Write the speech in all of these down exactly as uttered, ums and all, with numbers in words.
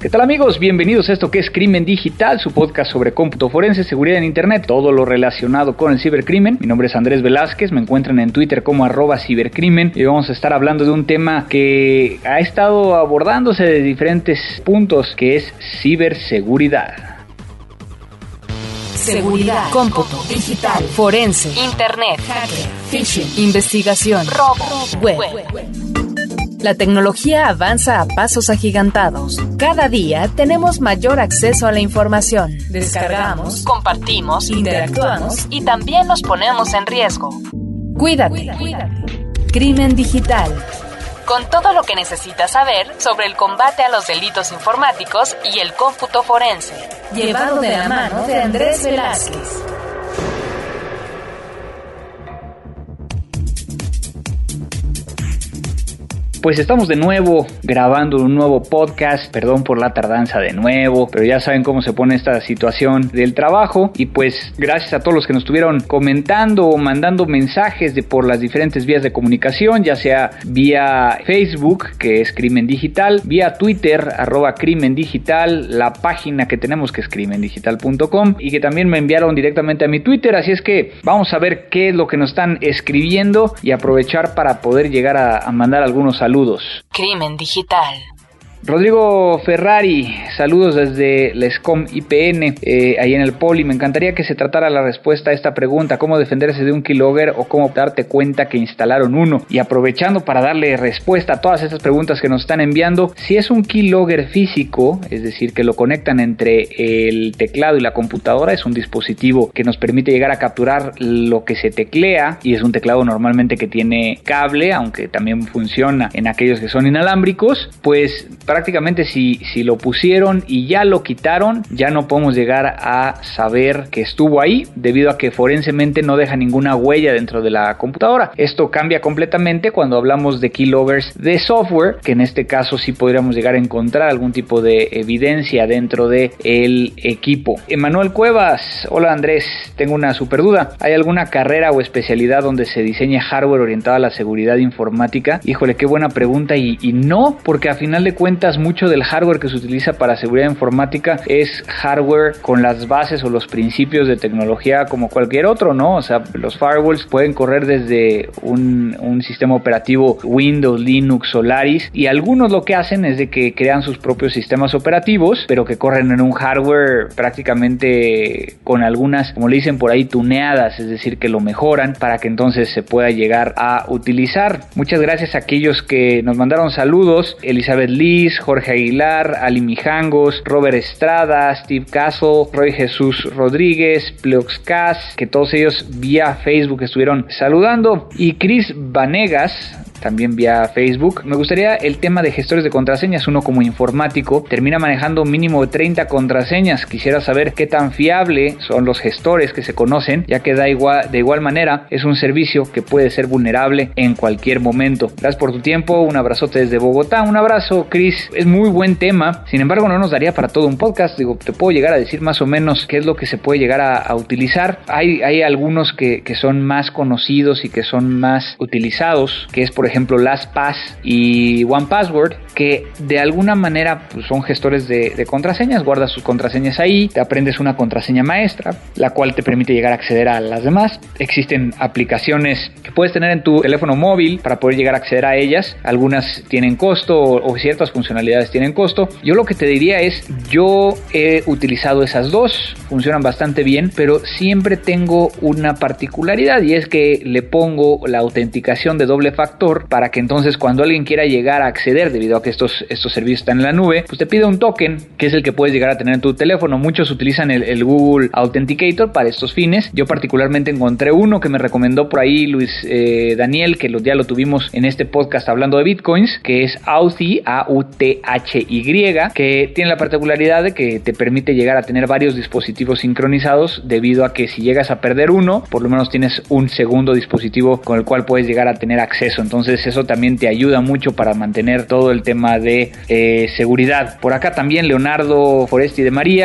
¿Qué tal, amigos? Bienvenidos a esto que es Crimen Digital, su podcast sobre cómputo forense, seguridad en internet, todo lo relacionado con el cibercrimen. Mi nombre es Andrés Velázquez, me encuentran en Twitter como arroba cibercrimen y vamos a estar hablando de un tema que ha estado abordándose de diferentes puntos, que es ciberseguridad. Seguridad, cómputo, digital, forense, internet, hacker, phishing, investigación, robo, web. La tecnología avanza a pasos agigantados. Cada día tenemos mayor acceso a la información. Descargamos, compartimos, interactuamos y también nos ponemos en riesgo. Cuídate. Crimen Digital. Con todo lo que necesitas saber sobre el combate a los delitos informáticos y el cómputo forense. Llevado de la mano de Andrés Velázquez. Pues estamos de nuevo grabando un nuevo podcast, perdón por la tardanza de nuevo, pero ya saben cómo se pone esta situación del trabajo y pues gracias a todos los que nos estuvieron comentando o mandando mensajes de por las diferentes vías de comunicación, ya sea vía Facebook, que es Crimen Digital, vía Twitter, arroba Crimen Digital, la página que tenemos que es crimen digital punto com y que también me enviaron directamente a mi Twitter, así es que vamos a ver qué es lo que nos están escribiendo y aprovechar para poder llegar a, a mandar algunos saludos. Saludos. Crimen Digital. Rodrigo Ferrari, saludos desde la SCOM I P N, eh, ahí en el Poli. Me encantaría que se tratara la respuesta a esta pregunta: ¿cómo defenderse de un keylogger o cómo darte cuenta que instalaron uno? Y aprovechando para darle respuesta a todas estas preguntas que nos están enviando, si es un keylogger físico, es decir, que lo conectan entre el teclado y la computadora, es un dispositivo que nos permite llegar a capturar lo que se teclea y es un teclado normalmente que tiene cable, aunque también funciona en aquellos que son inalámbricos, pues prácticamente si, si lo pusieron y ya lo quitaron, ya no podemos llegar a saber que estuvo ahí, debido a que forensemente no deja ninguna huella dentro de la computadora. Esto cambia completamente cuando hablamos de keyloggers de software, que en este caso sí podríamos llegar a encontrar algún tipo de evidencia dentro del equipo. Emanuel Cuevas, hola Andrés, tengo una super duda. ¿Hay alguna carrera o especialidad donde se diseñe hardware orientado a la seguridad informática? Híjole, qué buena pregunta, y, y no, porque a final de cuentas mucho del hardware que se utiliza para seguridad informática es hardware con las bases o los principios de tecnología como cualquier otro, ¿no? O sea, los firewalls pueden correr desde un, un sistema operativo Windows, Linux, Solaris, y algunos lo que hacen es de que crean sus propios sistemas operativos, pero que corren en un hardware prácticamente con algunas, como le dicen por ahí, tuneadas, es decir, que lo mejoran para que entonces se pueda llegar a utilizar. Muchas gracias a aquellos que nos mandaron saludos: Elizabeth Liz, Jorge Aguilar, Ali Mijangos, Robert Estrada, Steve Castle, Roy Jesús Rodríguez, Pleuxcas, que todos ellos vía Facebook estuvieron saludando, y Chris Vanegas, también vía Facebook. Me gustaría el tema de gestores de contraseñas. Uno como informático termina manejando mínimo treinta contraseñas. Quisiera saber qué tan fiable son los gestores que se conocen, ya que da igual, de igual manera es un servicio que puede ser vulnerable en cualquier momento. Gracias por tu tiempo, un abrazote desde Bogotá. Un abrazo, Chris. Es muy buen tema, sin embargo no nos daría para todo un podcast. Digo, te puedo llegar a decir más o menos qué es lo que se puede llegar a, a utilizar. Hay, hay algunos que, que son más conocidos y que son más utilizados, que es por ejemplo ejemplo LastPass y one password, que de alguna manera pues, son gestores de, de contraseñas. Guardas sus contraseñas ahí, te aprendes una contraseña maestra, la cual te permite llegar a acceder a las demás. Existen aplicaciones que puedes tener en tu teléfono móvil para poder llegar a acceder a ellas. Algunas tienen costo o, o ciertas funcionalidades tienen costo. Yo lo que te diría es, yo he utilizado esas dos, funcionan bastante bien, pero siempre tengo una particularidad, y es que le pongo la autenticación de doble factor para que entonces cuando alguien quiera llegar a acceder, debido a que estos, estos servicios están en la nube, pues te pide un token, que es el que puedes llegar a tener en tu teléfono. Muchos utilizan el, el Google Authenticator para estos fines. Yo particularmente encontré uno que me recomendó por ahí Luis eh, Daniel, que lo, ya lo tuvimos en este podcast hablando de bitcoins, que es Authy, A U T H Y, que tiene la particularidad de que te permite llegar a tener varios dispositivos sincronizados, debido a que si llegas a perder uno, por lo menos tienes un segundo dispositivo con el cual puedes llegar a tener acceso. Entonces eso también te ayuda mucho para mantener todo el tema de eh, seguridad. Por acá también Leonardo Foresti de María,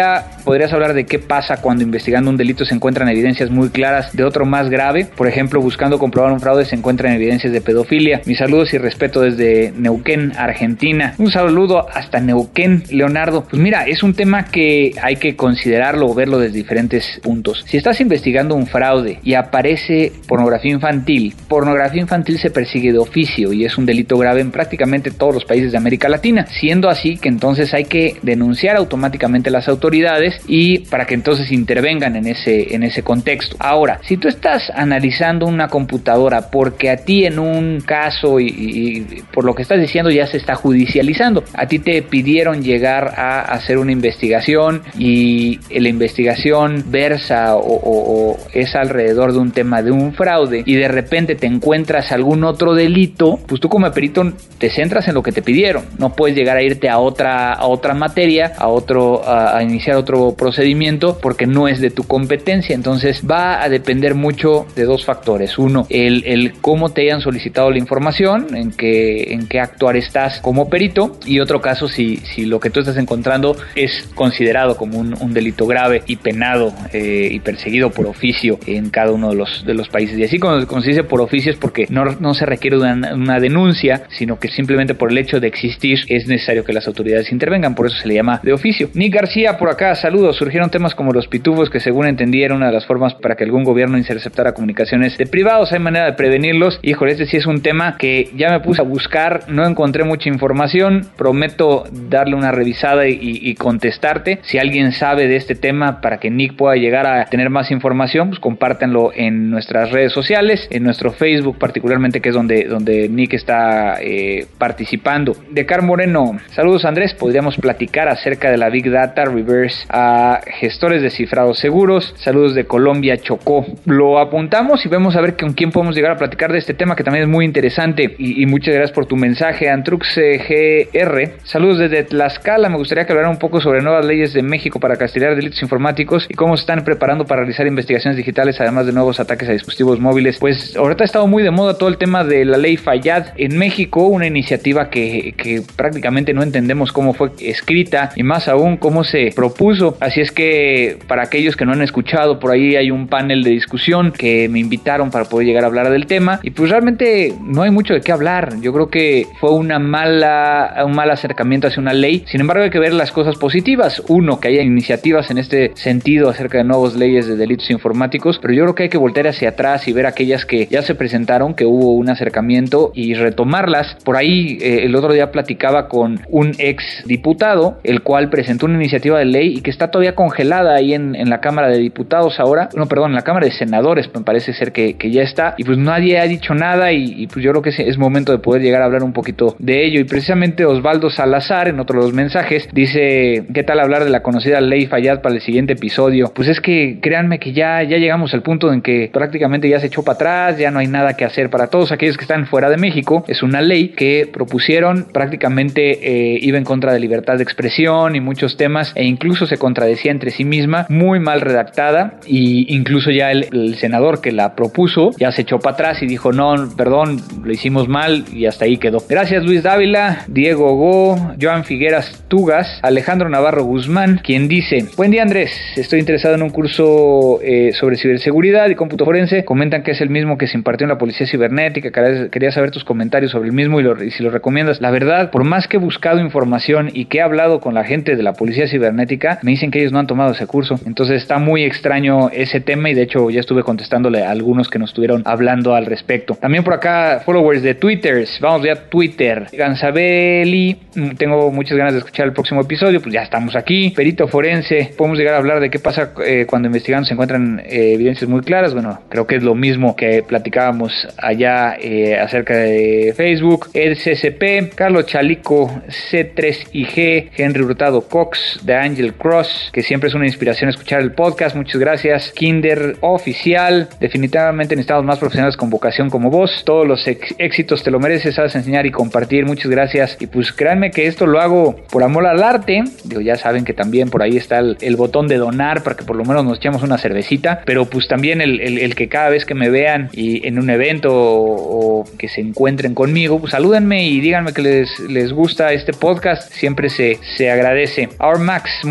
¿podrías hablar de qué pasa cuando investigando un delito se encuentran evidencias muy claras de otro más grave? Por ejemplo, buscando comprobar un fraude se encuentran evidencias de pedofilia. Mis saludos y respeto desde Neuquén, Argentina. Un saludo hasta Neuquén, Leonardo. Pues mira, es un tema que hay que considerarlo o verlo desde diferentes puntos. Si estás investigando un fraude y aparece pornografía infantil, pornografía infantil se persigue de oficio y es un delito grave en prácticamente todos los países de América Latina, siendo así que entonces hay que denunciar automáticamente a las autoridades y para que entonces intervengan en ese, en ese contexto. Ahora, si tú estás analizando una computadora porque a ti en un caso y, y por lo que estás diciendo ya se está judicializando, a ti te pidieron llegar a hacer una investigación y la investigación versa o, o, o es alrededor de un tema de un fraude y de repente te encuentras algún otro delito, pues tú como perito te centras en lo que te pidieron, no puedes llegar a irte a otra, a otra materia, a otro, a, a iniciar otro procedimiento porque no es de tu competencia. Entonces va a depender mucho de dos factores. Uno, el, el cómo te hayan solicitado la información, en qué, en qué actuar estás como perito, y otro caso si, si lo que tú estás encontrando es considerado como un, un delito grave y penado eh, y perseguido por oficio en cada uno de los, de los países. Y así como, como se dice por oficio es porque no, no se requiere una, una denuncia, sino que simplemente por el hecho de existir es necesario que las autoridades intervengan, por eso se le llama de oficio. Nick García por acá, saludos. Surgieron temas como los pitufos que según entendí era una de las formas para que algún gobierno interceptara comunicaciones de privados. Hay manera de prevenirlos. Híjole, este sí es un tema que ya me puse a buscar, no encontré mucha información, prometo darle una revisada y, y contestarte. Si alguien sabe de este tema para que Nick pueda llegar a tener más información, pues compártanlo en nuestras redes sociales, en nuestro Facebook particularmente, que es donde, donde Nick está eh, participando. Decar Moreno, saludos Andrés, podríamos platicar acerca de la Big Data Reverse a gestores de cifrados seguros. Saludos de Colombia, Chocó. Lo apuntamos y vemos a ver con quién podemos llegar a platicar de este tema que también es muy interesante. Y, y muchas gracias por tu mensaje, Antrux G R. Saludos desde Tlaxcala. Me gustaría que hablara un poco sobre nuevas leyes de México para castigar delitos informáticos y cómo se están preparando para realizar investigaciones digitales, además de nuevos ataques a dispositivos móviles. Pues ahorita ha estado muy de moda todo el tema de la ley Fayad en México, una iniciativa que, que prácticamente no entendemos cómo fue escrita y más aún cómo se propuso. Así es que para aquellos que no han escuchado, por ahí hay un panel de discusión que me invitaron para poder llegar a hablar del tema y pues realmente no hay mucho de qué hablar. Yo creo que fue una mala, un mal acercamiento hacia una ley. Sin embargo, hay que ver las cosas positivas. Uno, que haya iniciativas en este sentido acerca de nuevas leyes de delitos informáticos, pero yo creo que hay que voltear hacia atrás y ver aquellas que ya se presentaron, que hubo un acercamiento y retomarlas. Por ahí eh, el otro día platicaba con un ex diputado, el cual presentó una iniciativa de ley y que está todavía congelada ahí en, en la Cámara de Diputados ahora, no, perdón, en la Cámara de Senadores me parece ser que, que ya está, y pues nadie ha dicho nada y, y pues yo creo que es, es momento de poder llegar a hablar un poquito de ello. Y precisamente Osvaldo Salazar en otro de los mensajes dice, ¿qué tal hablar de la conocida ley Fayad para el siguiente episodio? Pues es que créanme que ya, ya llegamos al punto en que prácticamente ya se echó para atrás, ya no hay nada que hacer para todos aquellos que están fuera de México. Es una ley que propusieron, prácticamente eh, iba en contra de libertad de expresión y muchos temas, e incluso se contradecía entre sí misma, muy mal redactada, y incluso ya el, el senador que la propuso ya se echó para atrás y dijo, no, perdón, lo hicimos mal, y hasta ahí quedó. Gracias Luis Dávila, Diego Go, Joan Figueras Tugas, Alejandro Navarro Guzmán, quien dice, buen día Andrés, estoy interesado en un curso eh, sobre ciberseguridad y cómputo forense, comentan que es el mismo que se impartió en la Policía Cibernética, quería saber tus comentarios sobre el mismo y, lo, y si lo recomiendas. La verdad, por más que he buscado información y que he hablado con la gente de la Policía Cibernética, me dicen que ellos no han tomado ese curso, entonces está muy extraño ese tema y de hecho ya estuve contestándole a algunos que nos estuvieron hablando al respecto. También por acá, followers de Twitter, vamos ya a Twitter, Gansabeli, tengo muchas ganas de escuchar el próximo episodio, pues ya estamos aquí. Perito forense, podemos llegar a hablar de qué pasa eh, cuando investigando se encuentran eh, evidencias muy claras. Bueno, creo que es lo mismo que platicábamos allá eh, acerca de Facebook. El C C P, Carlos Chalico, C tres I G, Henry Hurtado Cox, The Angel Cross, que siempre es una inspiración escuchar el podcast, muchas gracias. Kinder Oficial, definitivamente necesitamos más profesionales con vocación como vos, todos los ex- éxitos te lo mereces, sabes enseñar y compartir, muchas gracias. Y pues créanme que esto lo hago por amor al arte, digo, ya saben que también por ahí está el, el botón de donar para que por lo menos nos echemos una cervecita, pero pues también el, el, el que cada vez que me vean y en un evento o, o que se encuentren conmigo, pues salúdenme y díganme que les, les gusta este podcast, siempre se, se agradece. Our Max, muy interesante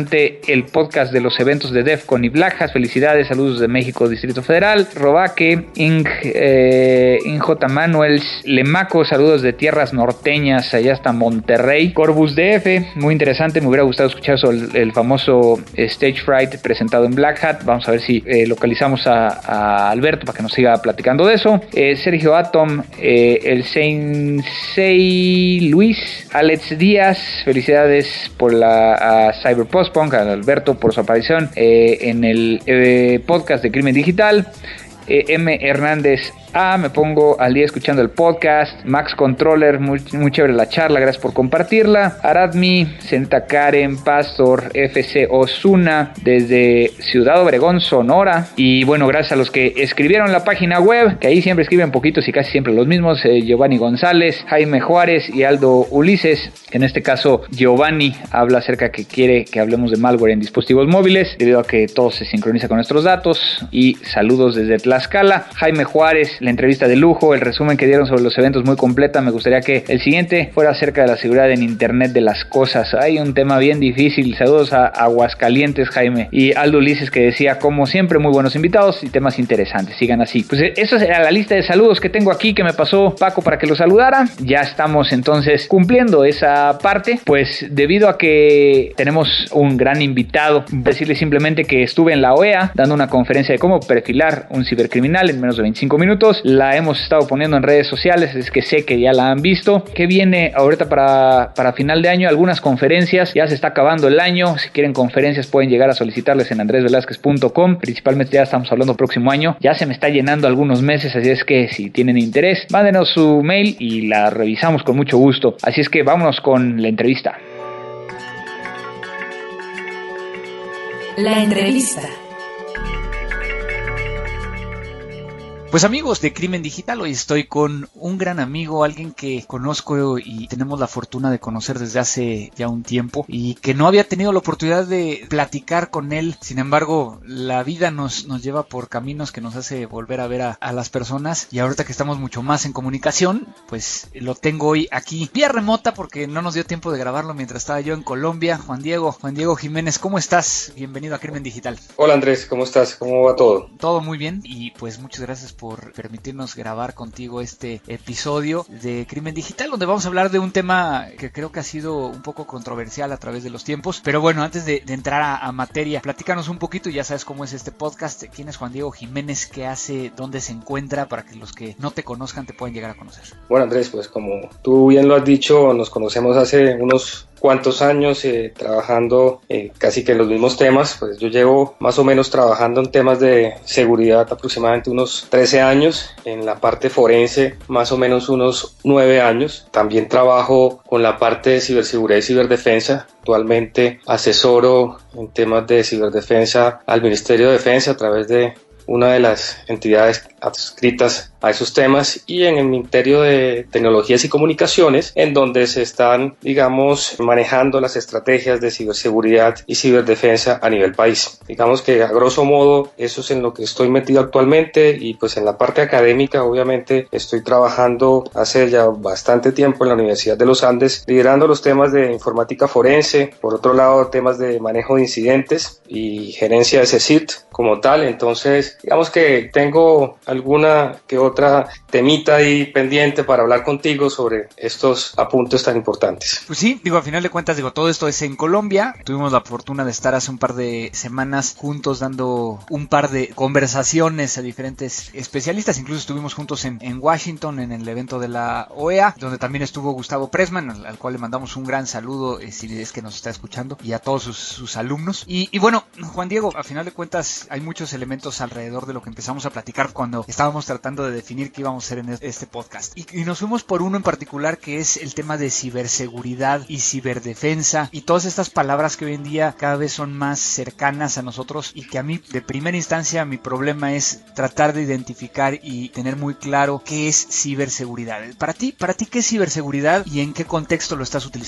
interesante el podcast de los eventos de DEFCON y Black Hat. Felicidades, saludos de México, Distrito Federal. Robaque, Ing, eh, Inj Manuels, Lemaco, saludos de tierras norteñas, allá hasta Monterrey. Corbus D F, muy interesante, me hubiera gustado escuchar sobre el, el famoso Stage Fright presentado en Black Hat. Vamos a ver si eh, localizamos a, a Alberto para que nos siga platicando de eso. Eh, Sergio Atom, eh, el Sensei Luis, Alex Díaz, felicidades por la a Cyber Postpunk, a Alberto por su aparición eh, en el eh, podcast de Crimen Digital. eh, M. Hernández A, me pongo al día escuchando el podcast. Max Controller, muy, muy chévere la charla, gracias por compartirla. Aradmi, Senta Karen, Pastor, F C Osuna, desde Ciudad Obregón, Sonora. Y bueno, gracias a los que escribieron la página web, que ahí siempre escriben poquitos y casi siempre los mismos, eh, Giovanni González, Jaime Juárez y Aldo Ulises. En este caso, Giovanni habla acerca que quiere que hablemos de malware en dispositivos móviles, debido a que todo se sincroniza con nuestros datos. Y saludos desde Tlaxcala. Jaime Juárez, la entrevista de lujo, el resumen que dieron sobre los eventos muy completa. Me gustaría que el siguiente fuera acerca de la seguridad en Internet de las cosas. Hay un tema bien difícil. Saludos a Aguascalientes, Jaime. Y Aldo Ulises, que decía, como siempre, muy buenos invitados y temas interesantes. Sigan así. Pues esa era la lista de saludos que tengo aquí, que me pasó Paco para que los saludara. Ya estamos entonces cumpliendo esa parte, pues debido a que tenemos un gran invitado. Decirle simplemente que estuve en la O E A dando una conferencia de cómo perfilar un cibercriminal en menos de veinticinco minutos. La hemos estado poniendo en redes sociales, es que sé que ya la han visto. ¿Qué viene ahorita para, para final de año? Algunas conferencias, ya se está acabando el año. Si quieren conferencias pueden llegar a solicitarles en andres velázquez punto com. Principalmente ya estamos hablando próximo año. Ya se me está llenando algunos meses, así es que si tienen interés, mándenos su mail y la revisamos con mucho gusto. Así es que vámonos con la entrevista. La entrevista. Pues amigos de Crimen Digital, hoy estoy con un gran amigo, alguien que conozco y tenemos la fortuna de conocer desde hace ya un tiempo y que no había tenido la oportunidad de platicar con él. Sin embargo, la vida nos, nos lleva por caminos que nos hace volver a ver a, a las personas, y ahorita que estamos mucho más en comunicación, pues lo tengo hoy aquí vía remota porque no nos dio tiempo de grabarlo mientras estaba yo en Colombia. Juan Diego, Juan Diego Jiménez, ¿cómo estás? Bienvenido a Crimen Digital. Hola Andrés, ¿cómo estás? ¿Cómo va todo? Todo muy bien, y pues muchas gracias por por permitirnos grabar contigo este episodio de Crimen Digital, donde vamos a hablar de un tema que creo que ha sido un poco controversial a través de los tiempos. Pero bueno, antes de, de entrar a, a materia, platícanos un poquito, ya sabes cómo es este podcast. ¿Quién es Juan Diego Jiménez? ¿Qué hace? ¿Dónde se encuentra? Para que los que no te conozcan te puedan llegar a conocer. Bueno Andrés, pues como tú bien lo has dicho, nos conocemos hace unos cuantos años eh, trabajando eh, casi que en los mismos temas. Pues yo llevo más o menos trabajando en temas de seguridad aproximadamente unos trece años, en la parte forense más o menos unos nueve años. También trabajo con la parte de ciberseguridad y ciberdefensa. Actualmente asesoro en temas de ciberdefensa al Ministerio de Defensa a través de una de las entidades adscritas a esos temas, y en el Ministerio de Tecnologías y Comunicaciones, en donde se están, digamos, manejando las estrategias de ciberseguridad y ciberdefensa a nivel país. Digamos que a grosso modo eso es en lo que estoy metido actualmente, y pues en la parte académica obviamente estoy trabajando hace ya bastante tiempo en la Universidad de los Andes, liderando los temas de informática forense, por otro lado temas de manejo de incidentes y gerencia de C S I T como tal. Entonces digamos que tengo alguna que otra temita ahí pendiente para hablar contigo sobre estos apuntes tan importantes. Pues sí, digo, al final de cuentas, digo, todo esto es en Colombia. Tuvimos la fortuna de estar hace un par de semanas juntos dando un par de conversaciones a diferentes especialistas. Incluso estuvimos juntos en, en Washington en el evento de la O E A, donde también estuvo Gustavo Pressman, al, al cual le mandamos un gran saludo eh, si es que nos está escuchando, y a todos sus, sus alumnos. Y, y bueno, Juan Diego, al final de cuentas hay muchos elementos alrededor de lo que empezamos a platicar cuando estábamos tratando de definir qué íbamos a hacer en este podcast. Y, y nos fuimos por uno en particular, que es el tema de ciberseguridad y ciberdefensa, y todas estas palabras que hoy en día cada vez son más cercanas a nosotros, y que a mí de primera instancia mi problema es tratar de identificar y tener muy claro qué es ciberseguridad. Para ti, para ti ¿qué es ciberseguridad y en qué contexto lo estás utilizando?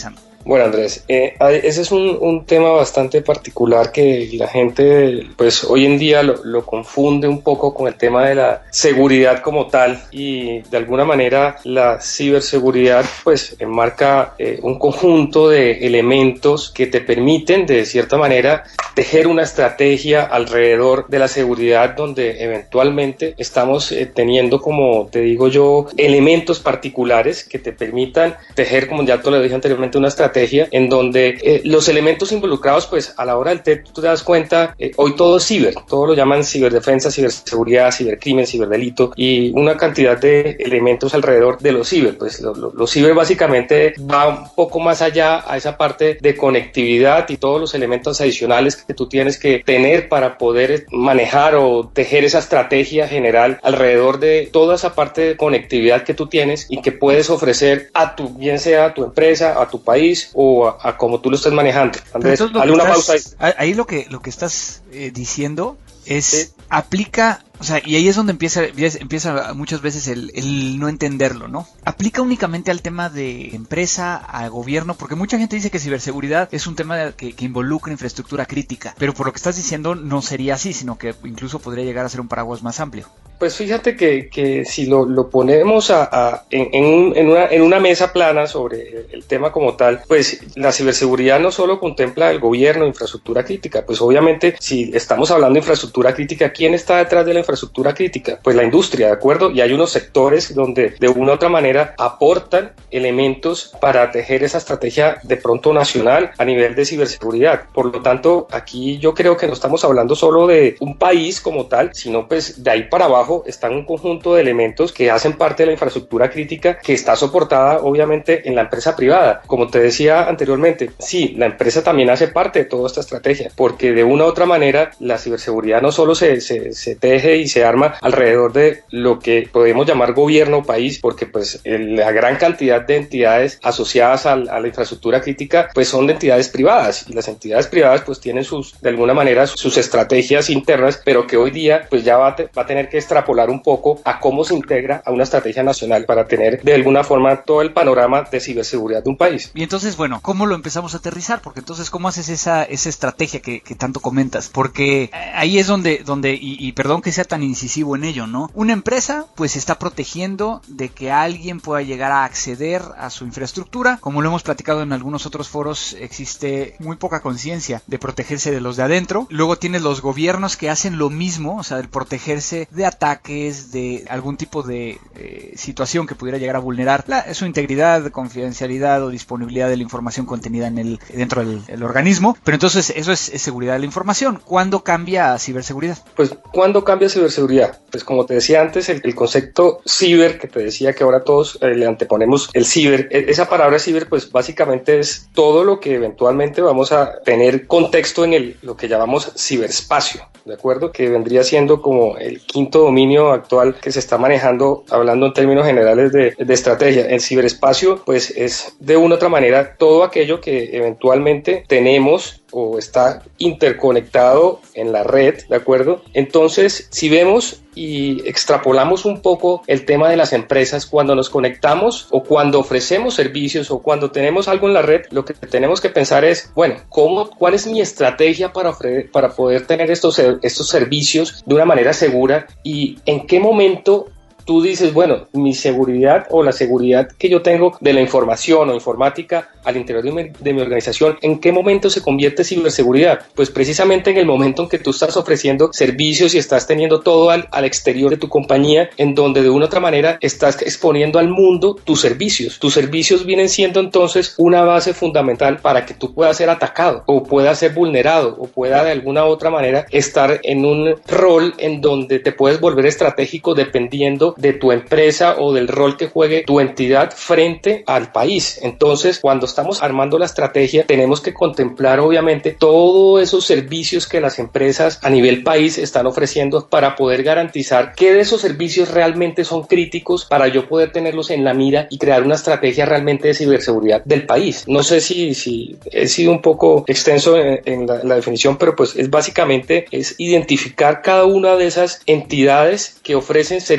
Bueno, Andrés, eh, ese es un, un tema bastante particular que la gente, pues hoy en día lo, lo confunde un poco con el tema de la seguridad como tal, y de alguna manera la ciberseguridad pues enmarca eh, un conjunto de elementos que te permiten de cierta manera tejer una estrategia alrededor de la seguridad, donde eventualmente estamos eh, teniendo, como te digo yo, elementos particulares que te permitan tejer, como ya te lo dije anteriormente, una estrategia en donde eh, los elementos involucrados, pues a la hora del T E D tú te das cuenta, eh, hoy todo es ciber, todo lo llaman ciberdefensa, ciberseguridad, cibercrimen, ciberdelito y una cantidad de elementos alrededor de los ciber. Pues lo, lo, lo ciber básicamente va un poco más allá a esa parte de conectividad y todos los elementos adicionales que tú tienes que tener para poder manejar o tejer esa estrategia general alrededor de toda esa parte de conectividad que tú tienes y que puedes ofrecer a tu, bien sea a tu empresa, a tu país o a, a como tú lo estés manejando. Andrés, dale una pausa ahí. Ahí lo que, lo que estás eh, diciendo es, ¿sí? Aplica, o sea, y ahí es donde empieza, empieza muchas veces el, el no entenderlo, ¿no? Aplica únicamente al tema de empresa, al gobierno, porque mucha gente dice que ciberseguridad es un tema que, que involucra infraestructura crítica, pero por lo que estás diciendo no sería así, sino que incluso podría llegar a ser un paraguas más amplio. Pues fíjate que, que si lo, lo ponemos a, a, en, en, en, una, en una mesa plana sobre el tema como tal, pues la ciberseguridad no solo contempla el gobierno, infraestructura crítica, pues obviamente si estamos hablando de infraestructura crítica, ¿quién está detrás de la infraestructura crítica? Pues la industria, ¿de acuerdo? Y hay unos sectores donde de una u otra manera aportan elementos para tejer esa estrategia de pronto nacional a nivel de ciberseguridad. Por lo tanto, aquí yo creo que no estamos hablando solo de un país como tal, sino pues de ahí para abajo están un conjunto de elementos que hacen parte de la infraestructura crítica que está soportada obviamente en la empresa privada. Como te decía anteriormente, sí, la empresa también hace parte de toda esta estrategia, porque de una u otra manera la ciberseguridad no solo se, se, se teje y se arma alrededor de lo que podemos llamar gobierno o país, porque pues el, la gran cantidad de entidades asociadas a, a la infraestructura crítica pues son de entidades privadas, y las entidades privadas pues tienen sus, de alguna manera sus estrategias internas, pero que hoy día pues ya va a, te, va a tener que extrapolar un poco a cómo se integra a una estrategia nacional para tener de alguna forma todo el panorama de ciberseguridad de un país. Y entonces, bueno, ¿cómo lo empezamos a aterrizar? Porque entonces, ¿cómo haces esa, esa estrategia que, que tanto comentas? Porque ahí es donde, donde y, y perdón que sea tan incisivo en ello, ¿no? Una empresa pues se está protegiendo de que alguien pueda llegar a acceder a su infraestructura. Como lo hemos platicado en algunos otros foros, existe muy poca conciencia de protegerse de los de adentro. Luego tienes los gobiernos que hacen lo mismo, o sea, de protegerse de ataques, de algún tipo de eh, situación que pudiera llegar a vulnerar la, su integridad, confidencialidad o disponibilidad de la información contenida en el dentro del el organismo. Pero entonces eso es, es seguridad de la información. ¿Cuándo cambia a ciberseguridad? Pues, ¿cuándo cambia ciberseguridad? Pues como te decía antes, el, el concepto ciber, que te decía que ahora todos eh, le anteponemos el ciber, esa palabra ciber pues básicamente es todo lo que eventualmente vamos a tener contexto en el, lo que llamamos ciberespacio, ¿de acuerdo? Que vendría siendo como el quinto dominio actual que se está manejando, hablando en términos generales de, de estrategia. El ciberespacio pues es de una u otra manera todo aquello que eventualmente tenemos o está interconectado en la red, ¿de acuerdo? Entonces, si vemos y extrapolamos un poco el tema de las empresas, cuando nos conectamos o cuando ofrecemos servicios o cuando tenemos algo en la red, lo que tenemos que pensar es, bueno, ¿cómo, ¿cuál es mi estrategia para, ofrecer, para poder tener estos, estos servicios de una manera segura y en qué momento tú dices, bueno, mi seguridad o la seguridad que yo tengo de la información o informática al interior de mi, de mi organización, ¿en qué momento se convierte en ciberseguridad? Pues precisamente en el momento en que tú estás ofreciendo servicios y estás teniendo todo al, al exterior de tu compañía, en donde de una u otra manera estás exponiendo al mundo tus servicios. Tus servicios vienen siendo entonces una base fundamental para que tú puedas ser atacado o puedas ser vulnerado o pueda de alguna u otra manera estar en un rol en donde te puedes volver estratégico dependiendo de tu empresa o del rol que juegue tu entidad frente al país. Entonces, cuando estamos armando la estrategia, tenemos que contemplar obviamente todos esos servicios que las empresas a nivel país están ofreciendo para poder garantizar que de esos servicios realmente son críticos para yo poder tenerlos en la mira y crear una estrategia realmente de ciberseguridad del país. No sé si, si he sido un poco extenso en, en, la, en la definición, pero pues es básicamente es identificar cada una de esas entidades que ofrecen servicios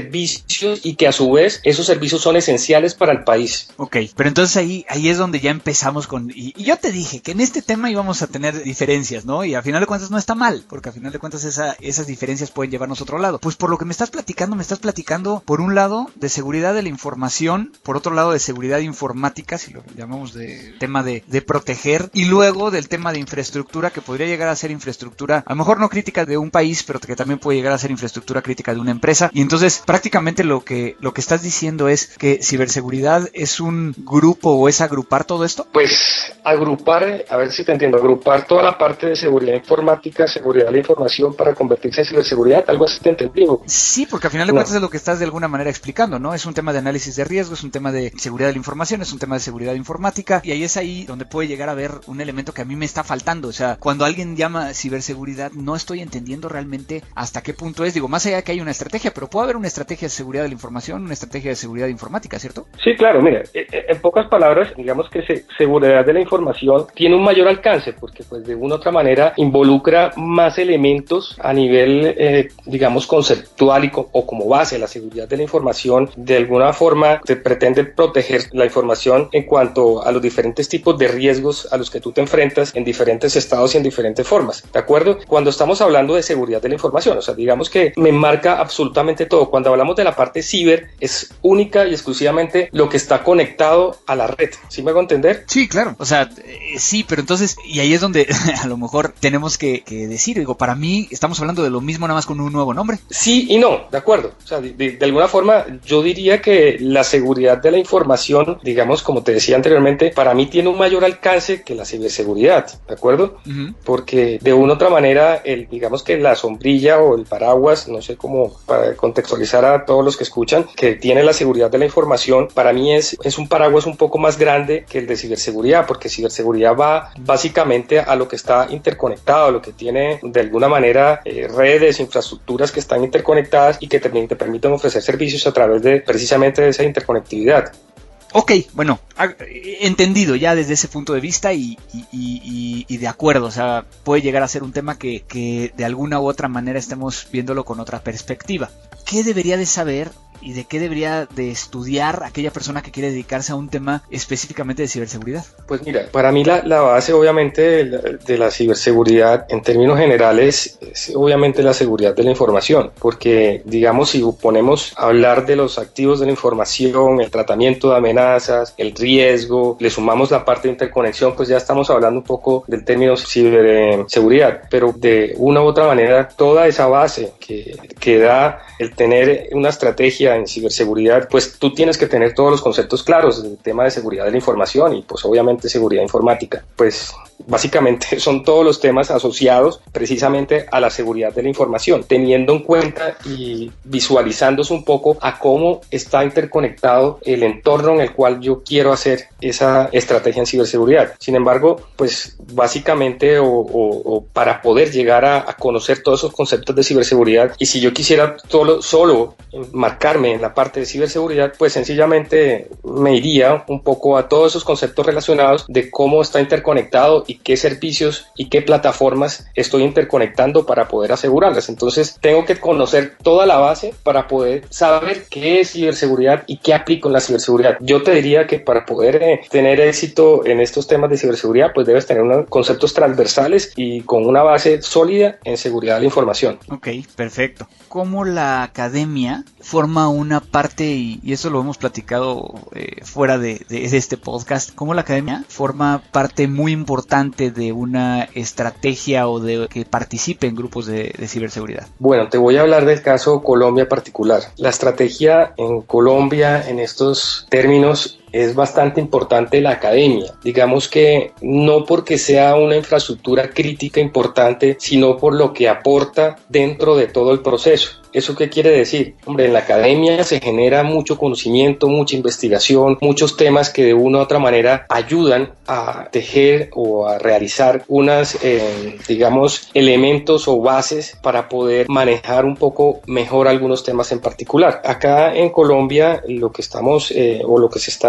servicios y que a su vez esos servicios son esenciales para el país. Ok, pero entonces ahí, ahí es donde ya empezamos con... Y, y yo te dije que en este tema íbamos a tener diferencias, ¿no? Y a final de cuentas no está mal, porque a final de cuentas esa, esas diferencias pueden llevarnos a otro lado. Pues por lo que me estás platicando, me estás platicando por un lado de seguridad de la información, por otro lado de seguridad informática, si lo llamamos de tema de, de proteger, y luego del tema de infraestructura, que podría llegar a ser infraestructura, a lo mejor no crítica de un país, pero que también puede llegar a ser infraestructura crítica de una empresa. Y entonces prácticamente lo que, lo que estás diciendo es que ciberseguridad es un grupo o es agrupar todo esto. Pues agrupar, a ver si te entiendo, agrupar toda la parte de seguridad informática, seguridad de la información para convertirse en ciberseguridad, algo así te entendí. Sí, porque al final de no. cuentas es lo que estás de alguna manera explicando, ¿no? Es un tema de análisis de riesgo, es un tema de seguridad de la información, es un tema de seguridad informática, y ahí es ahí donde puede llegar a haber un elemento que a mí me está faltando. O sea, cuando alguien llama ciberseguridad, no estoy entendiendo realmente hasta qué punto es. Digo, más allá de que hay una estrategia, pero puede haber una estrategia de seguridad de la información, una estrategia de seguridad informática, ¿cierto? Sí, claro, mira, en pocas palabras, digamos que se, seguridad de la información tiene un mayor alcance, porque pues de una u otra manera involucra más elementos a nivel, eh, digamos, conceptual y co- o como base. La seguridad de la información de alguna forma te pretende proteger la información en cuanto a los diferentes tipos de riesgos a los que tú te enfrentas en diferentes estados y en diferentes formas, ¿de acuerdo? Cuando estamos hablando de seguridad de la información, o sea, digamos que me marca absolutamente todo. Cuando hablamos de la parte ciber, es única y exclusivamente lo que está conectado a la red. ¿Sí me hago entender? Sí, claro. O sea, eh, sí, pero entonces, y ahí es donde a lo mejor tenemos que, que decir, digo, para mí estamos hablando de lo mismo nada más con un nuevo nombre. Sí y no, de acuerdo. O sea, de, de, de alguna forma yo diría que la seguridad de la información, digamos, como te decía anteriormente, para mí tiene un mayor alcance que la ciberseguridad, ¿de acuerdo? Uh-huh. Porque de una u otra manera, el, digamos que la sombrilla o el paraguas, no sé cómo para contextualizar a todos los que escuchan, que tiene la seguridad de la información, para mí es, es un paraguas un poco más grande que el de ciberseguridad, porque ciberseguridad va básicamente a lo que está interconectado, a lo que tiene de alguna manera eh, redes, infraestructuras que están interconectadas y que te, te permiten ofrecer servicios a través de precisamente de esa interconectividad. Ok, bueno, entendido ya desde ese punto de vista y, y, y, y de acuerdo, o sea, puede llegar a ser un tema que, que de alguna u otra manera estemos viéndolo con otra perspectiva. ¿Qué debería de saber y de qué debería de estudiar aquella persona que quiere dedicarse a un tema específicamente de ciberseguridad? Pues mira, para mí la, la base obviamente de la, de la ciberseguridad en términos generales es obviamente la seguridad de la información, porque digamos si ponemos a hablar de los activos de la información, el tratamiento de amenazas, el riesgo, le sumamos la parte de interconexión, pues ya estamos hablando un poco del término ciberseguridad, pero de una u otra manera toda esa base que, que da el tener una estrategia en ciberseguridad, pues tú tienes que tener todos los conceptos claros del tema de seguridad de la información y pues obviamente seguridad informática. Pues básicamente son todos los temas asociados precisamente a la seguridad de la información, teniendo en cuenta y visualizándose un poco a cómo está interconectado el entorno en el cual yo quiero hacer esa estrategia en ciberseguridad. Sin embargo, pues básicamente o, o, o para poder llegar a, a conocer todos esos conceptos de ciberseguridad, y si yo quisiera solo, solo marcarme en la parte de ciberseguridad, pues sencillamente me iría un poco a todos esos conceptos relacionados de cómo está interconectado y qué servicios y qué plataformas estoy interconectando para poder asegurarlas. Entonces tengo que conocer toda la base para poder saber qué es ciberseguridad y qué aplico en la ciberseguridad. Yo te diría que para poder eh, tener éxito en estos temas de ciberseguridad, pues debes tener unos conceptos transversales y con una base sólida en seguridad de la información. Ok, perfecto. ¿Cómo la academia forma una parte, y, y eso lo hemos platicado eh, fuera de, de, de este podcast, cómo la academia forma parte muy importante de una estrategia o de que participe en grupos de, de ciberseguridad? Bueno, te voy a hablar del caso Colombia particular. La estrategia en Colombia en estos términos es bastante importante la academia. Digamos que no porque sea una infraestructura crítica importante, sino por lo que aporta dentro de todo el proceso. ¿Eso qué quiere decir? Hombre, en la academia se genera mucho conocimiento, mucha investigación, muchos temas que de una u otra manera ayudan a tejer o a realizar unas, eh, digamos, elementos o bases para poder manejar un poco mejor algunos temas en particular. Acá en Colombia lo que estamos eh, o lo que se está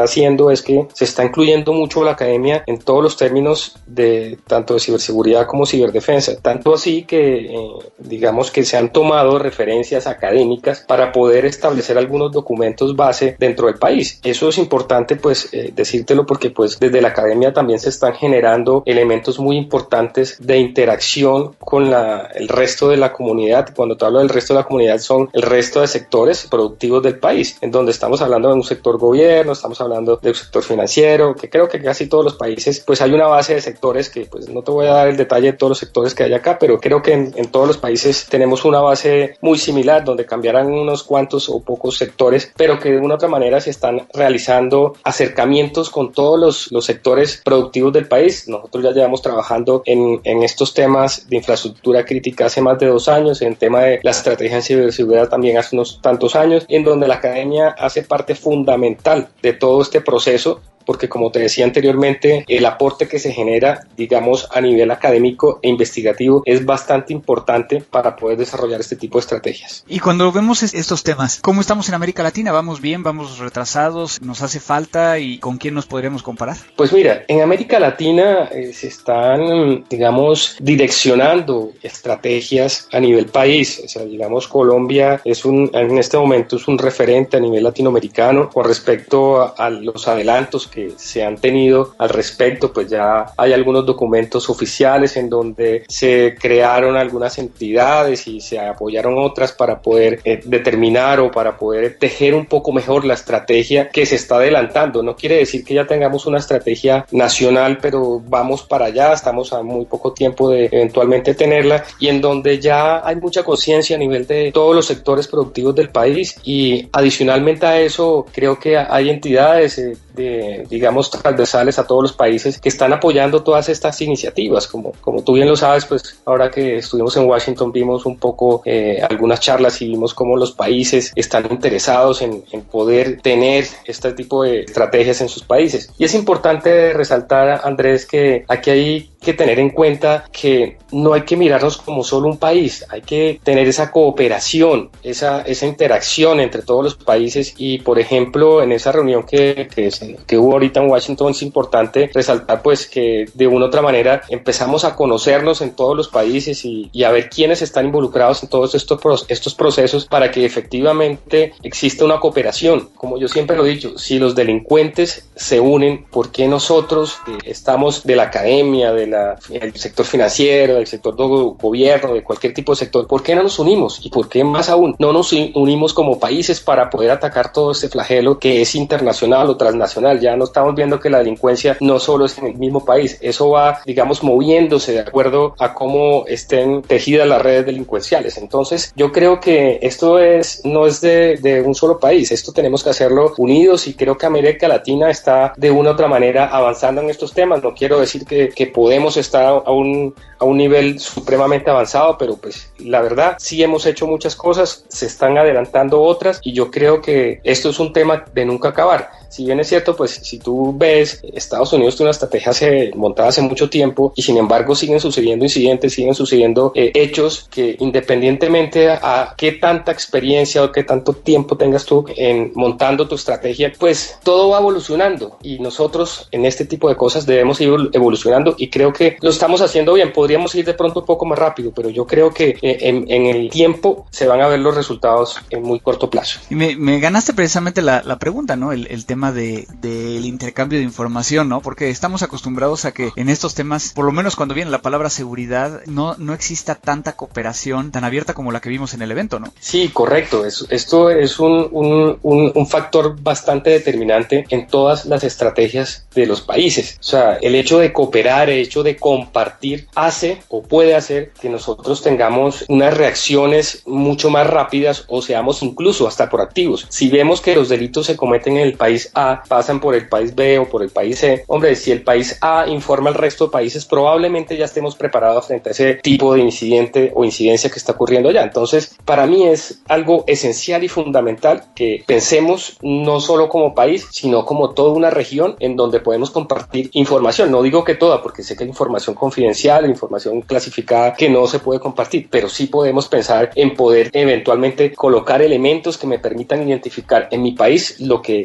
haciendo es que se está incluyendo mucho la academia en todos los términos de tanto de ciberseguridad como ciberdefensa, tanto así que eh, digamos que se han tomado referencias académicas para poder establecer algunos documentos base dentro del país. Eso es importante pues eh, decírtelo porque pues desde la academia también se están generando elementos muy importantes de interacción con la, el resto de la comunidad. Cuando te hablo del resto de la comunidad son el resto de sectores productivos del país, en donde estamos hablando de un sector gobierno, estamos hablando de un sector financiero, que creo que casi todos los países pues hay una base de sectores que pues no te voy a dar el detalle de todos los sectores que hay acá, pero creo que en, en todos los países tenemos una base muy similar donde cambiarán unos cuantos o pocos sectores, pero que de una u otra manera se están realizando acercamientos con todos los, los sectores productivos del país. Nosotros ya llevamos trabajando en, en estos temas de infraestructura crítica hace más de dos años, en tema de la estrategia en ciberseguridad también hace unos tantos años, en donde la academia hace parte fundamental de todo este proceso, porque como te decía anteriormente, el aporte que se genera, digamos, a nivel académico e investigativo es bastante importante para poder desarrollar este tipo de estrategias. Y cuando vemos estos temas, ¿cómo estamos en América Latina? ¿Vamos bien? ¿Vamos retrasados? ¿Nos hace falta? ¿Y con quién nos podríamos comparar? Pues mira, en América Latina eh, se están, digamos, direccionando estrategias a nivel país. O sea, digamos, Colombia es un, en este momento es un referente a nivel latinoamericano con respecto a, a los adelantos que se han tenido al respecto. Pues ya hay algunos documentos oficiales en donde se crearon algunas entidades y se apoyaron otras para poder eh, determinar o para poder tejer un poco mejor la estrategia que se está adelantando. No quiere decir que ya tengamos una estrategia nacional, pero vamos para allá, estamos a muy poco tiempo de eventualmente tenerla, y en donde ya hay mucha conciencia a nivel de todos los sectores productivos del país. Y adicionalmente a eso, creo que hay entidades eh, de, digamos, transversales a todos los países que están apoyando todas estas iniciativas. Como, como tú bien lo sabes, pues ahora que estuvimos en Washington vimos un poco eh, algunas charlas y vimos cómo los países están interesados en, en poder tener este tipo de estrategias en sus países. Y es importante resaltar, Andrés, que aquí hay que tener en cuenta que no hay que mirarnos como solo un país, hay que tener esa cooperación, esa, esa interacción entre todos los países. Y por ejemplo, en esa reunión que, que, que hubo ahorita en Washington, es importante resaltar pues que de una u otra manera empezamos a conocernos en todos los países y, y a ver quiénes están involucrados en todos estos, estos procesos para que efectivamente exista una cooperación. Como yo siempre lo he dicho, si los delincuentes se unen, ¿por qué nosotros que estamos de la academia, de la el sector financiero, del sector del gobierno, de cualquier tipo de sector, ¿por qué no nos unimos? Y por qué más aún no nos unimos como países para poder atacar todo este flagelo que es internacional o transnacional? Ya no estamos viendo que la delincuencia no solo es en el mismo país, eso va, digamos, moviéndose de acuerdo a cómo estén tejidas las redes delincuenciales. Entonces yo creo que esto es no es de, de un solo país, esto tenemos que hacerlo unidos, y creo que América Latina está de una u otra manera avanzando en estos temas. No quiero decir que, que podemos estar a un, a un nivel supremamente avanzado, pero pues la verdad sí hemos hecho muchas cosas, se están adelantando otras, y yo creo que esto es un tema de nunca acabar. Si bien es cierto, pues si tú ves, Estados Unidos tiene una estrategia hace, montada hace mucho tiempo, y sin embargo siguen sucediendo incidentes, siguen sucediendo eh, hechos que, independientemente a, a qué tanta experiencia o qué tanto tiempo tengas tú en montando tu estrategia, pues todo va evolucionando, y nosotros en este tipo de cosas debemos ir evolucionando, y creo que lo estamos haciendo bien. Podríamos ir de pronto un poco más rápido, pero yo creo que eh, en, en el tiempo se van a ver los resultados en muy corto plazo. Y me, me ganaste precisamente la, la pregunta, ¿no? El, el tema de del intercambio de información, ¿no? Porque estamos acostumbrados a que en estos temas, por lo menos cuando viene la palabra seguridad, no, no exista tanta cooperación tan abierta como la que vimos en el evento, ¿no? Sí, correcto. Es, esto es un, un, un, un factor bastante determinante en todas las estrategias de los países. O sea, el hecho de cooperar, el hecho de compartir, hace o puede hacer que nosotros tengamos unas reacciones mucho más rápidas, o seamos incluso hasta proactivos. Si vemos que los delitos se cometen en el país A, pasan por el país B o por el país C, hombre, si el país A informa al resto de países, probablemente ya estemos preparados frente a ese tipo de incidente o incidencia que está ocurriendo allá. Entonces, para mí es algo esencial y fundamental que pensemos no solo como país, sino como toda una región en donde podemos compartir información. No digo que toda, porque sé que hay información confidencial, información clasificada que no se puede compartir, pero sí podemos pensar en poder eventualmente colocar elementos que me permitan identificar en mi país lo que podría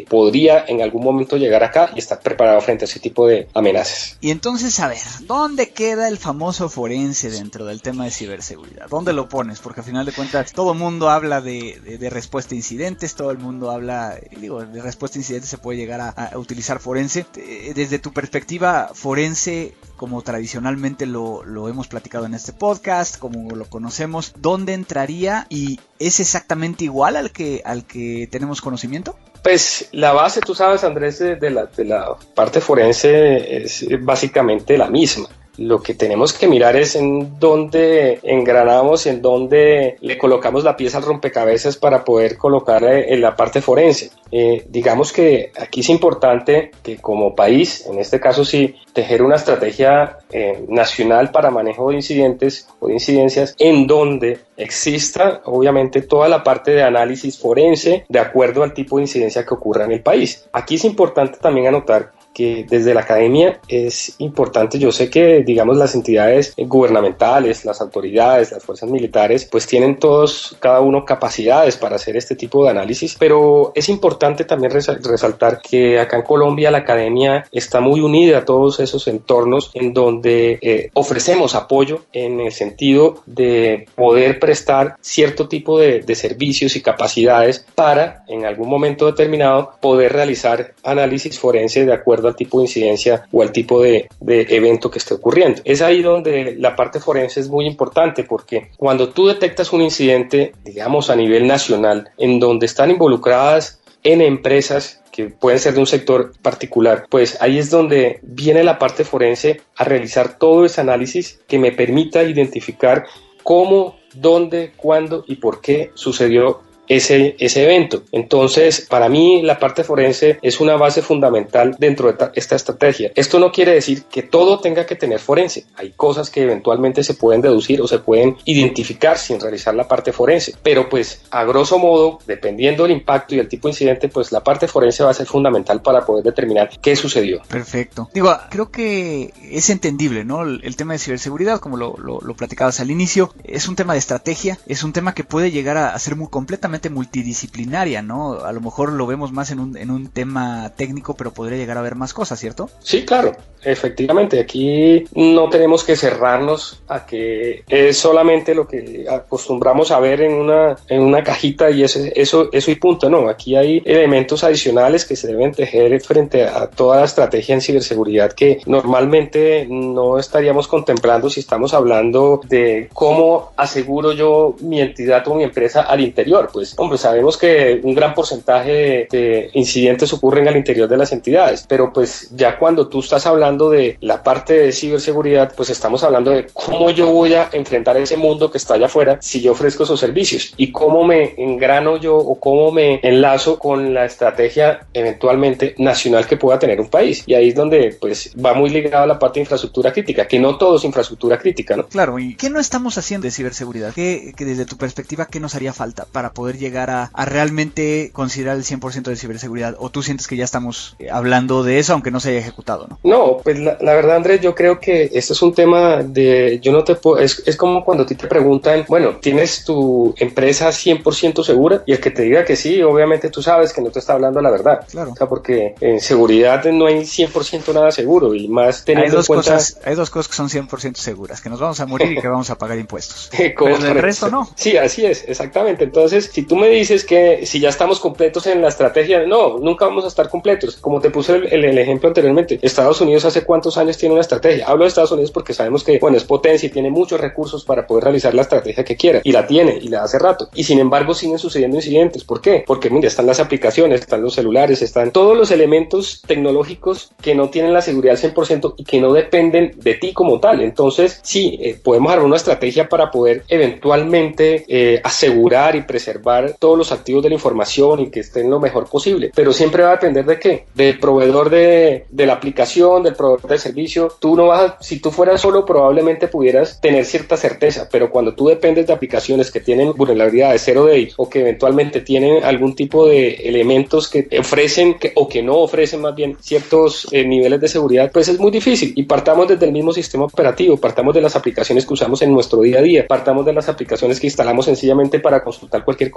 podría en algún momento llegar acá y estar preparado frente a ese tipo de amenazas. Y entonces, a ver, ¿dónde queda el famoso forense dentro del tema de ciberseguridad? ¿Dónde lo pones? Porque al final de cuentas todo el mundo habla de, de, de respuesta a incidentes, todo el mundo habla, digo, de respuesta a incidentes se puede llegar a, a utilizar forense. Desde tu perspectiva, forense, como tradicionalmente lo, lo hemos platicado en este podcast, como lo conocemos, ¿dónde entraría y es exactamente igual al que, al que tenemos conocimiento? Pues la base, tú sabes, Andrés, de la, de la parte forense es básicamente la misma. Lo que tenemos que mirar es en dónde engranamos, en dónde le colocamos la pieza al rompecabezas para poder colocar en la parte forense. Eh, digamos que aquí es importante que como país, en este caso sí, tejer una estrategia eh, nacional para manejo de incidentes o de incidencias en donde exista obviamente toda la parte de análisis forense de acuerdo al tipo de incidencia que ocurra en el país. Aquí es importante también anotar que desde la academia es importante, yo sé que digamos las entidades gubernamentales, las autoridades, las fuerzas militares, pues tienen todos, cada uno capacidades para hacer este tipo de análisis, pero es importante también resaltar que acá en Colombia la academia está muy unida a todos esos entornos en donde eh, ofrecemos apoyo en el sentido de poder prestar cierto tipo de, de servicios y capacidades para en algún momento determinado poder realizar análisis forense de acuerdo al tipo de incidencia o al tipo de, de evento que esté ocurriendo. Es ahí donde la parte forense es muy importante porque cuando tú detectas un incidente, digamos a nivel nacional, en donde están involucradas en empresas que pueden ser de un sector particular, pues ahí es donde viene la parte forense a realizar todo ese análisis que me permita identificar cómo, dónde, cuándo y por qué sucedió Ese, ese evento. Entonces, para mí la parte forense es una base fundamental dentro de esta estrategia. Esto no quiere decir que todo tenga que tener forense. Hay cosas que eventualmente se pueden deducir o se pueden identificar sin realizar la parte forense. Pero pues, a grosso modo, dependiendo del impacto y el tipo de incidente, pues la parte forense va a ser fundamental para poder determinar qué sucedió. Perfecto. Digo, creo que es entendible, ¿no? El, el tema de ciberseguridad, como lo, lo, lo platicabas al inicio, es un tema de estrategia, es un tema que puede llegar a, a ser muy completamente multidisciplinaria, ¿no? A lo mejor lo vemos más en un, en un tema técnico, pero podría llegar a haber más cosas, ¿cierto? Sí, claro, efectivamente. Aquí no tenemos que cerrarnos a que es solamente lo que acostumbramos a ver en una, en una cajita y eso, eso, eso y punto. No, aquí hay elementos adicionales que se deben tejer frente a toda la estrategia en ciberseguridad que normalmente no estaríamos contemplando si estamos hablando de cómo aseguro yo mi entidad o mi empresa al interior. Pues hombre, sabemos que un gran porcentaje de, de incidentes ocurren al interior de las entidades, pero pues ya cuando tú estás hablando de la parte de ciberseguridad, pues estamos hablando de cómo yo voy a enfrentar ese mundo que está allá afuera si yo ofrezco esos servicios y cómo me engrano yo o cómo me enlazo con la estrategia eventualmente nacional que pueda tener un país. Y ahí es donde pues va muy ligado a la parte de infraestructura crítica, que no todo es infraestructura crítica, ¿no? Claro, ¿y qué no estamos haciendo de ciberseguridad? ¿Qué, que desde tu perspectiva, qué nos haría falta para poder llegar a, a realmente considerar el cien por ciento de ciberseguridad? ¿O tú sientes que ya estamos hablando de eso aunque no se haya ejecutado, no? No, pues la, la verdad, Andrés, yo creo que esto es un tema de, yo no te puedo, es, es como cuando a ti te preguntan, bueno, ¿tienes tu empresa cien por ciento segura? Y el que te diga que sí, obviamente tú sabes que no te está hablando la verdad. Claro. O sea, porque en seguridad no hay cien por ciento nada seguro y más teniendo hay dos en cuenta... Cosas, hay dos cosas que son cien por ciento seguras, que nos vamos a morir y que vamos a pagar impuestos. Pero el resto no. Sí, así es, exactamente. Entonces, si tú me dices que si ya estamos completos en la estrategia, no, nunca vamos a estar completos. Como te puse el, el, el ejemplo anteriormente, Estados Unidos hace cuántos años tiene una estrategia. Hablo de Estados Unidos porque sabemos que, bueno, es potencia y tiene muchos recursos para poder realizar la estrategia que quiera, y la tiene, y la hace rato. Y sin embargo siguen sucediendo incidentes. ¿Por qué? Porque, mira, están las aplicaciones, están los celulares, están todos los elementos tecnológicos que no tienen la seguridad al cien por ciento y que no dependen de ti como tal. Entonces, sí, eh, podemos armar una estrategia para poder eventualmente eh, asegurar y preservar todos los activos de la información y que estén lo mejor posible, pero siempre va a depender de qué, del proveedor de, de la aplicación, del proveedor del servicio. Tú no vas a, si tú fueras solo probablemente pudieras tener cierta certeza, pero cuando tú dependes de aplicaciones que tienen vulnerabilidades cero day o que eventualmente tienen algún tipo de elementos que ofrecen que, o que no ofrecen más bien ciertos eh, niveles de seguridad, pues es muy difícil. Y partamos desde el mismo sistema operativo, partamos de las aplicaciones que usamos en nuestro día a día, partamos de las aplicaciones que instalamos sencillamente para consultar cualquier cosa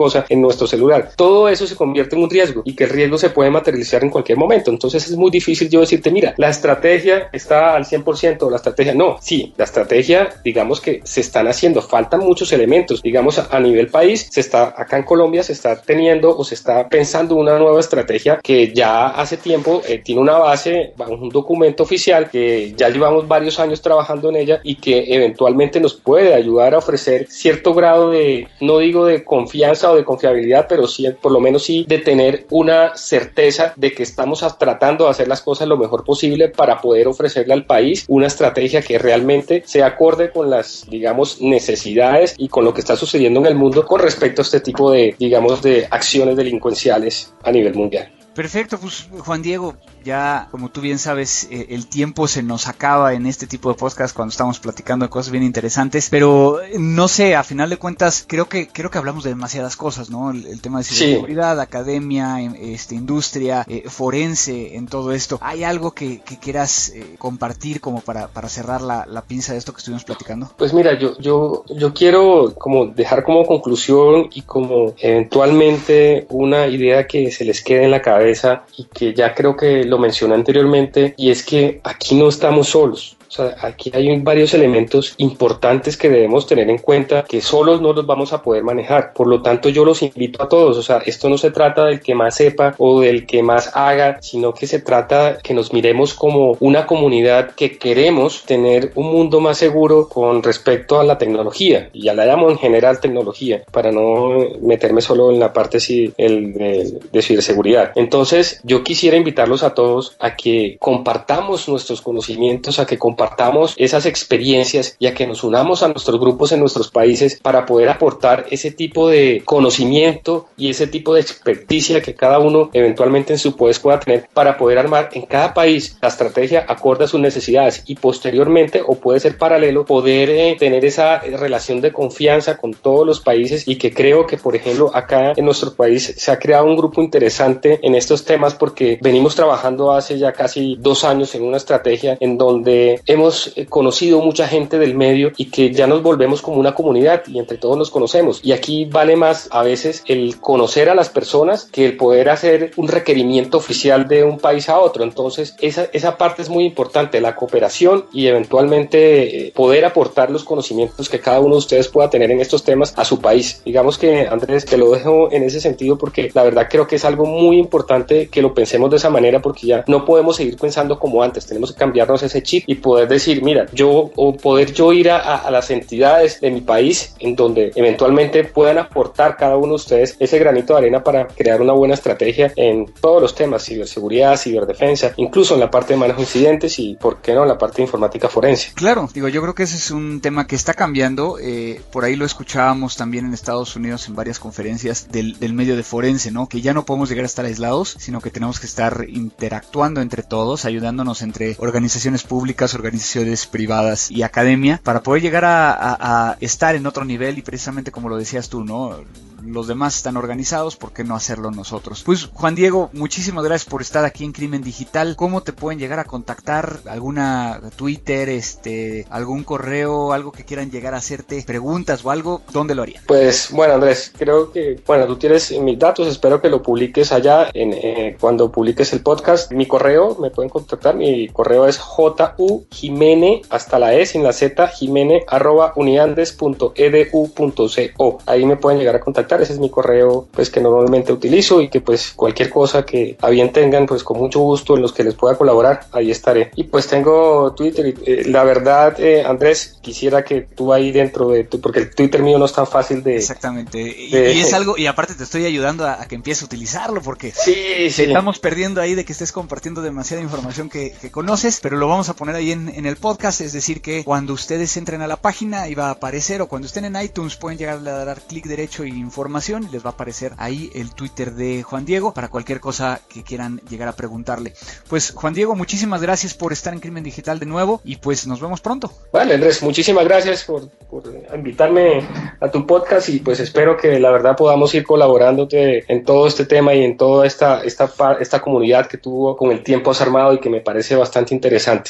cosa en nuestro celular. Todo eso se convierte en un riesgo y que el riesgo se puede materializar en cualquier momento. Entonces es muy difícil yo decirte, mira, la estrategia está al cien por ciento, la estrategia no. Sí, la estrategia, digamos que se están haciendo, faltan muchos elementos. Digamos, a, a nivel país, se está, acá en Colombia se está teniendo o se está pensando una nueva estrategia que ya hace tiempo eh, tiene una base, un documento oficial que ya llevamos varios años trabajando en ella y que eventualmente nos puede ayudar a ofrecer cierto grado de, no digo de confianza o de confiabilidad, pero sí, por lo menos sí de tener una certeza de que estamos tratando de hacer las cosas lo mejor posible para poder ofrecerle al país una estrategia que realmente sea acorde con las, digamos, necesidades y con lo que está sucediendo en el mundo con respecto a este tipo de, digamos, de acciones delincuenciales a nivel mundial. Perfecto, pues Juan Diego, ya como tú bien sabes, eh, el tiempo se nos acaba en este tipo de podcast cuando estamos platicando de cosas bien interesantes, pero no sé, a final de cuentas creo que creo que hablamos de demasiadas cosas, ¿no? El, el tema de ciberseguridad, sí. academia, este, industria, eh, forense, en todo esto. ¿Hay algo que, que quieras eh, compartir como para, para cerrar la, la pinza de esto que estuvimos platicando? Pues mira, yo, yo, yo quiero como dejar como conclusión y como eventualmente una idea que se les quede en la cabeza y que ya creo que lo mencioné anteriormente, y es que aquí no estamos solos. O sea, aquí hay varios elementos importantes que debemos tener en cuenta que solos no los vamos a poder manejar. Por lo tanto, yo los invito a todos. O sea, esto no se trata del que más sepa o del que más haga, sino que se trata que nos miremos como una comunidad que queremos tener un mundo más seguro con respecto a la tecnología. Y ya la llamo en general tecnología, para no meterme solo en la parte sí, el, de, de ciberseguridad. Entonces, yo quisiera invitarlos a todos a que compartamos nuestros conocimientos, a que compartamos compartamos esas experiencias y a que nos unamos a nuestros grupos en nuestros países para poder aportar ese tipo de conocimiento y ese tipo de experticia que cada uno eventualmente en su país pueda tener para poder armar en cada país la estrategia acorde a sus necesidades y posteriormente, o puede ser paralelo, poder eh, tener esa relación de confianza con todos los países, y que creo que, por ejemplo, acá en nuestro país se ha creado un grupo interesante en estos temas porque venimos trabajando hace ya casi dos años en una estrategia en donde hemos conocido mucha gente del medio y que ya nos volvemos como una comunidad y entre todos nos conocemos, y aquí vale más a veces el conocer a las personas que el poder hacer un requerimiento oficial de un país a otro. Entonces esa, esa parte es muy importante, la cooperación y eventualmente eh, poder aportar los conocimientos que cada uno de ustedes pueda tener en estos temas a su país. Digamos que, Andrés, te lo dejo en ese sentido porque la verdad creo que es algo muy importante que lo pensemos de esa manera, porque ya no podemos seguir pensando como antes, tenemos que cambiarnos ese chip y poder decir, mira, yo o poder yo ir a, a, a las entidades de mi país en donde eventualmente puedan aportar cada uno de ustedes ese granito de arena para crear una buena estrategia en todos los temas, ciberseguridad, ciberdefensa, incluso en la parte de manejo de incidentes y, por qué no, en la parte de informática forense. Claro, digo, yo creo que ese es un tema que está cambiando, eh, por ahí lo escuchábamos también en Estados Unidos en varias conferencias del, del medio de forense, ¿no? Que ya no podemos llegar a estar aislados, sino que tenemos que estar interactuando entre todos, ayudándonos entre organizaciones públicas, organizaciones privadas y academia para poder llegar a, a, a estar en otro nivel, y precisamente como lo decías tú, ¿no? Los demás están organizados, ¿por qué no hacerlo nosotros? Pues Juan Diego, muchísimas gracias por estar aquí en Crimen Digital. ¿Cómo te pueden llegar a contactar? ¿Alguna Twitter, este, algún correo, algo que quieran llegar a hacerte preguntas o algo? ¿Dónde lo harían? Pues bueno, Andrés, creo que, bueno, tú tienes mis datos, espero que lo publiques allá en, eh, cuando publiques el podcast. Mi correo, me pueden contactar, mi correo es jujimene, hasta la E, sin la Z, jimene, arroba uniandes punto e d u punto co. Ahí me pueden llegar a contactar. Ese es mi correo, pues, que normalmente utilizo, y que pues cualquier cosa que a bien tengan, pues con mucho gusto en los que les pueda colaborar, ahí estaré. Y pues tengo Twitter y eh, la verdad, eh, Andrés, quisiera que tú ahí dentro de tu, porque el Twitter mío no es tan fácil de... Exactamente, y, de, y es algo, y aparte te estoy ayudando a, a que empieces a utilizarlo, porque sí, sí. estamos perdiendo ahí de que estés compartiendo demasiada información que, que conoces, pero lo vamos a poner ahí en, en el podcast, es decir que cuando ustedes entren a la página ahí va a aparecer, o cuando estén en iTunes pueden llegar a dar clic derecho y informar información y les va a aparecer ahí el Twitter de Juan Diego para cualquier cosa que quieran llegar a preguntarle. Pues Juan Diego, muchísimas gracias por estar en Crimen Digital de nuevo, y pues nos vemos pronto. Vale, Andrés, muchísimas gracias por, por invitarme a tu podcast, y pues espero que la verdad podamos ir colaborándote en todo este tema y en toda esta, esta, esta comunidad que tú con el tiempo has armado y que me parece bastante interesante.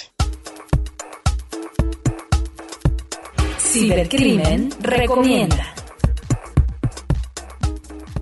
Cibercrimen recomienda.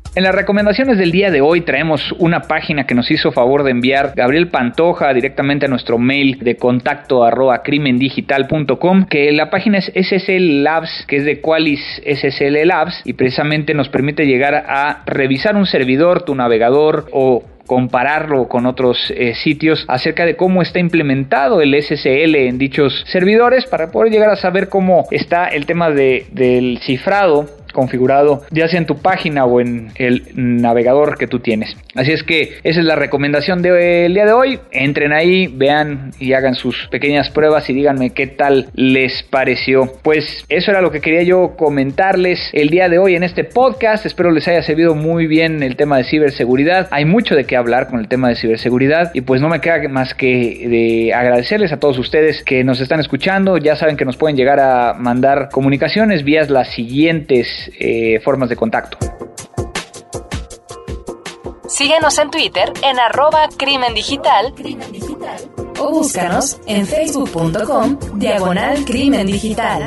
En las recomendaciones del día de hoy traemos una página que nos hizo favor de enviar Gabriel Pantoja directamente a nuestro mail de contacto arroba crimen digital punto com, que la página es S S L Labs, que es de Qualys S S L Labs, y precisamente nos permite llegar a revisar un servidor, tu navegador o compararlo con otros eh, sitios acerca de cómo está implementado el S S L en dichos servidores para poder llegar a saber cómo está el tema de, del cifrado configurado ya sea en tu página o en el navegador que tú tienes. Así es que esa es la recomendación del día de hoy. Entren ahí, vean y hagan sus pequeñas pruebas y díganme qué tal les pareció. Pues eso era lo que quería yo comentarles el día de hoy en este podcast. Espero les haya servido muy bien el tema de ciberseguridad. Hay mucho de qué hablar con el tema de ciberseguridad y pues no me queda más que de agradecerles a todos ustedes que nos están escuchando. Ya saben que nos pueden llegar a mandar comunicaciones vía las siguientes Eh, formas de contacto. Síguenos en Twitter en arroba crimen digital o búscanos en facebook punto com diagonal crimen digital.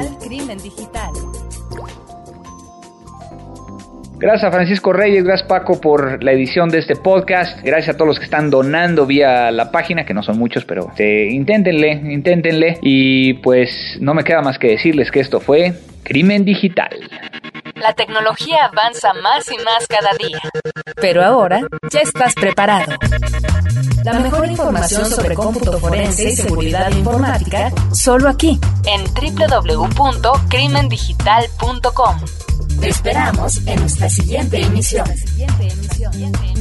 Gracias a Francisco Reyes, gracias Paco por la edición de este podcast, gracias a todos los que están donando vía la página, que no son muchos, pero eh, inténtenle, inténtenle, y pues no me queda más que decirles que esto fue Crimen Digital. La tecnología avanza más y más cada día. Pero ahora ya estás preparado. La mejor información sobre cómputo forense y seguridad informática, solo aquí, en doble u doble u doble u punto crimen digital punto com. Te esperamos en nuestra siguiente emisión.